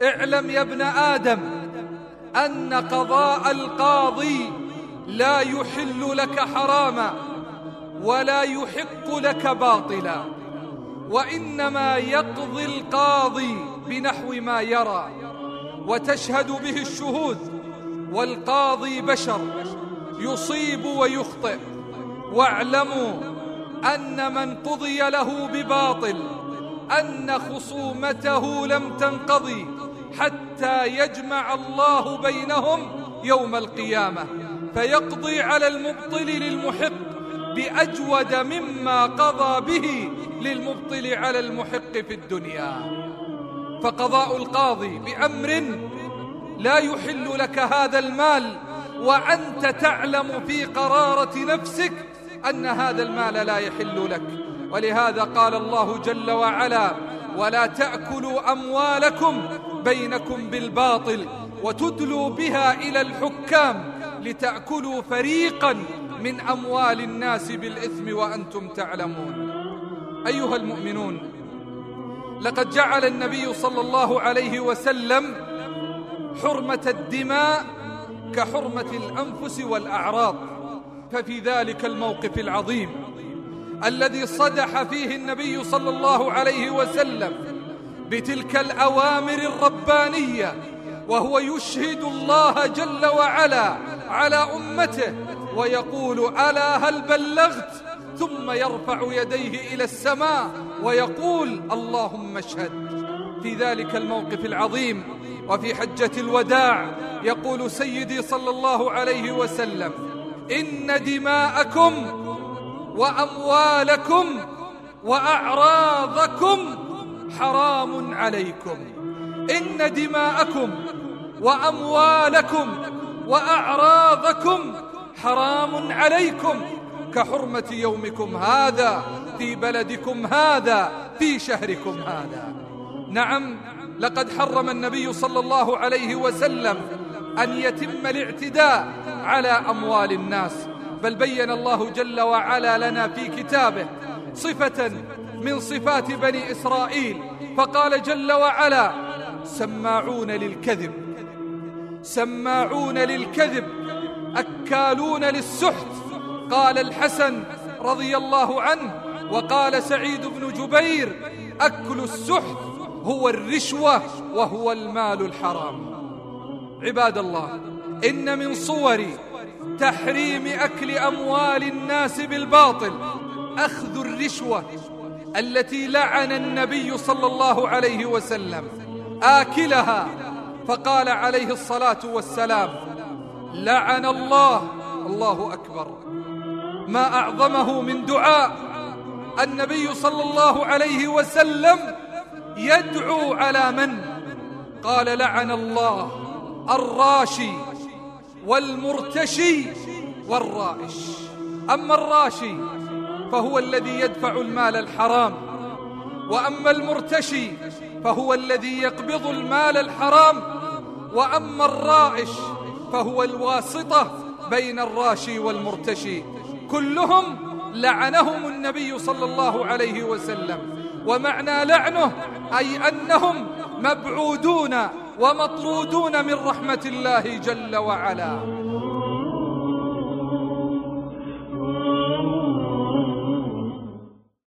اعلم يا ابن آدم أن قضاء القاضي لا يحل لك حراما ولا يحق لك باطلا، وإنما يقضي القاضي بنحو ما يرى وتشهد به الشهود، والقاضي بشر يصيب ويخطئ. واعلموا أن من قضي له بباطل أن خصومته لم تنقضي حتى يجمع الله بينهم يوم القيامة، فيقضي على المبطل للمحق بأجود مما قضى به للمبطل على المحق في الدنيا. فقضاء القاضي بأمر لا يحل لك هذا المال وأنت تعلم في قرارة نفسك أن هذا المال لا يحل لك. ولهذا قال الله جل وعلا: ولا تأكلوا أموالكم بينكم بالباطل وتدلوا بها إلى الحكام لتأكلوا فريقا من أموال الناس بالإثم وأنتم تعلمون. أيها المؤمنون، لقد جعل النبي صلى الله عليه وسلم حرمة الدماء كحرمة الأنفس والأعراض. ففي ذلك الموقف العظيم الذي صدح فيه النبي صلى الله عليه وسلم بتلك الأوامر الربانية وهو يشهد الله جل وعلا على أمته ويقول: ألا هل بلغت؟ ثم يرفع يديه إلى السماء ويقول: اللهم اشهد. في ذلك الموقف العظيم وفي حجة الوداع يقول سيدي صلى الله عليه وسلم: إن دماءكم وأموالكم وأعراضكم حرام عليكم. إن دماءكم وأموالكم وأعراضكم حرام عليكم كحرمة يومكم هذا في بلدكم هذا في شهركم هذا. نعم، لقد حرم النبي صلى الله عليه وسلم أن يتم الاعتداء على أموال الناس، بل بين الله جل وعلا لنا في كتابه صفة من صفات بني إسرائيل، فقال جل وعلا: سماعون للكذب، سماعون للكذب أكالون للسحت. قال الحسن رضي الله عنه وقال سعيد بن جبير: أكل السحت هو الرشوة وهو المال الحرام. عباد الله، إن من صور تحريم أكل أموال الناس بالباطل أخذ الرشوة التي لعن النبي صلى الله عليه وسلم آكلها، فقال عليه الصلاة والسلام: لعن الله، الله أكبر، ما أعظمه من دعاء النبي صلى الله عليه وسلم يدعو على من؟ قال: لعن الله الراشي والمرتشي والرائش. أما الراشي فهو الذي يدفع المال الحرام، وأما المرتشي فهو الذي يقبض المال الحرام، وأما الرائش فهو الواسطة بين الراشي والمرتشي. كلهم لعنهم النبي صلى الله عليه وسلم، ومعنى لعنه أي أنهم مبعودون ومطرودون من رحمة الله جل وعلا.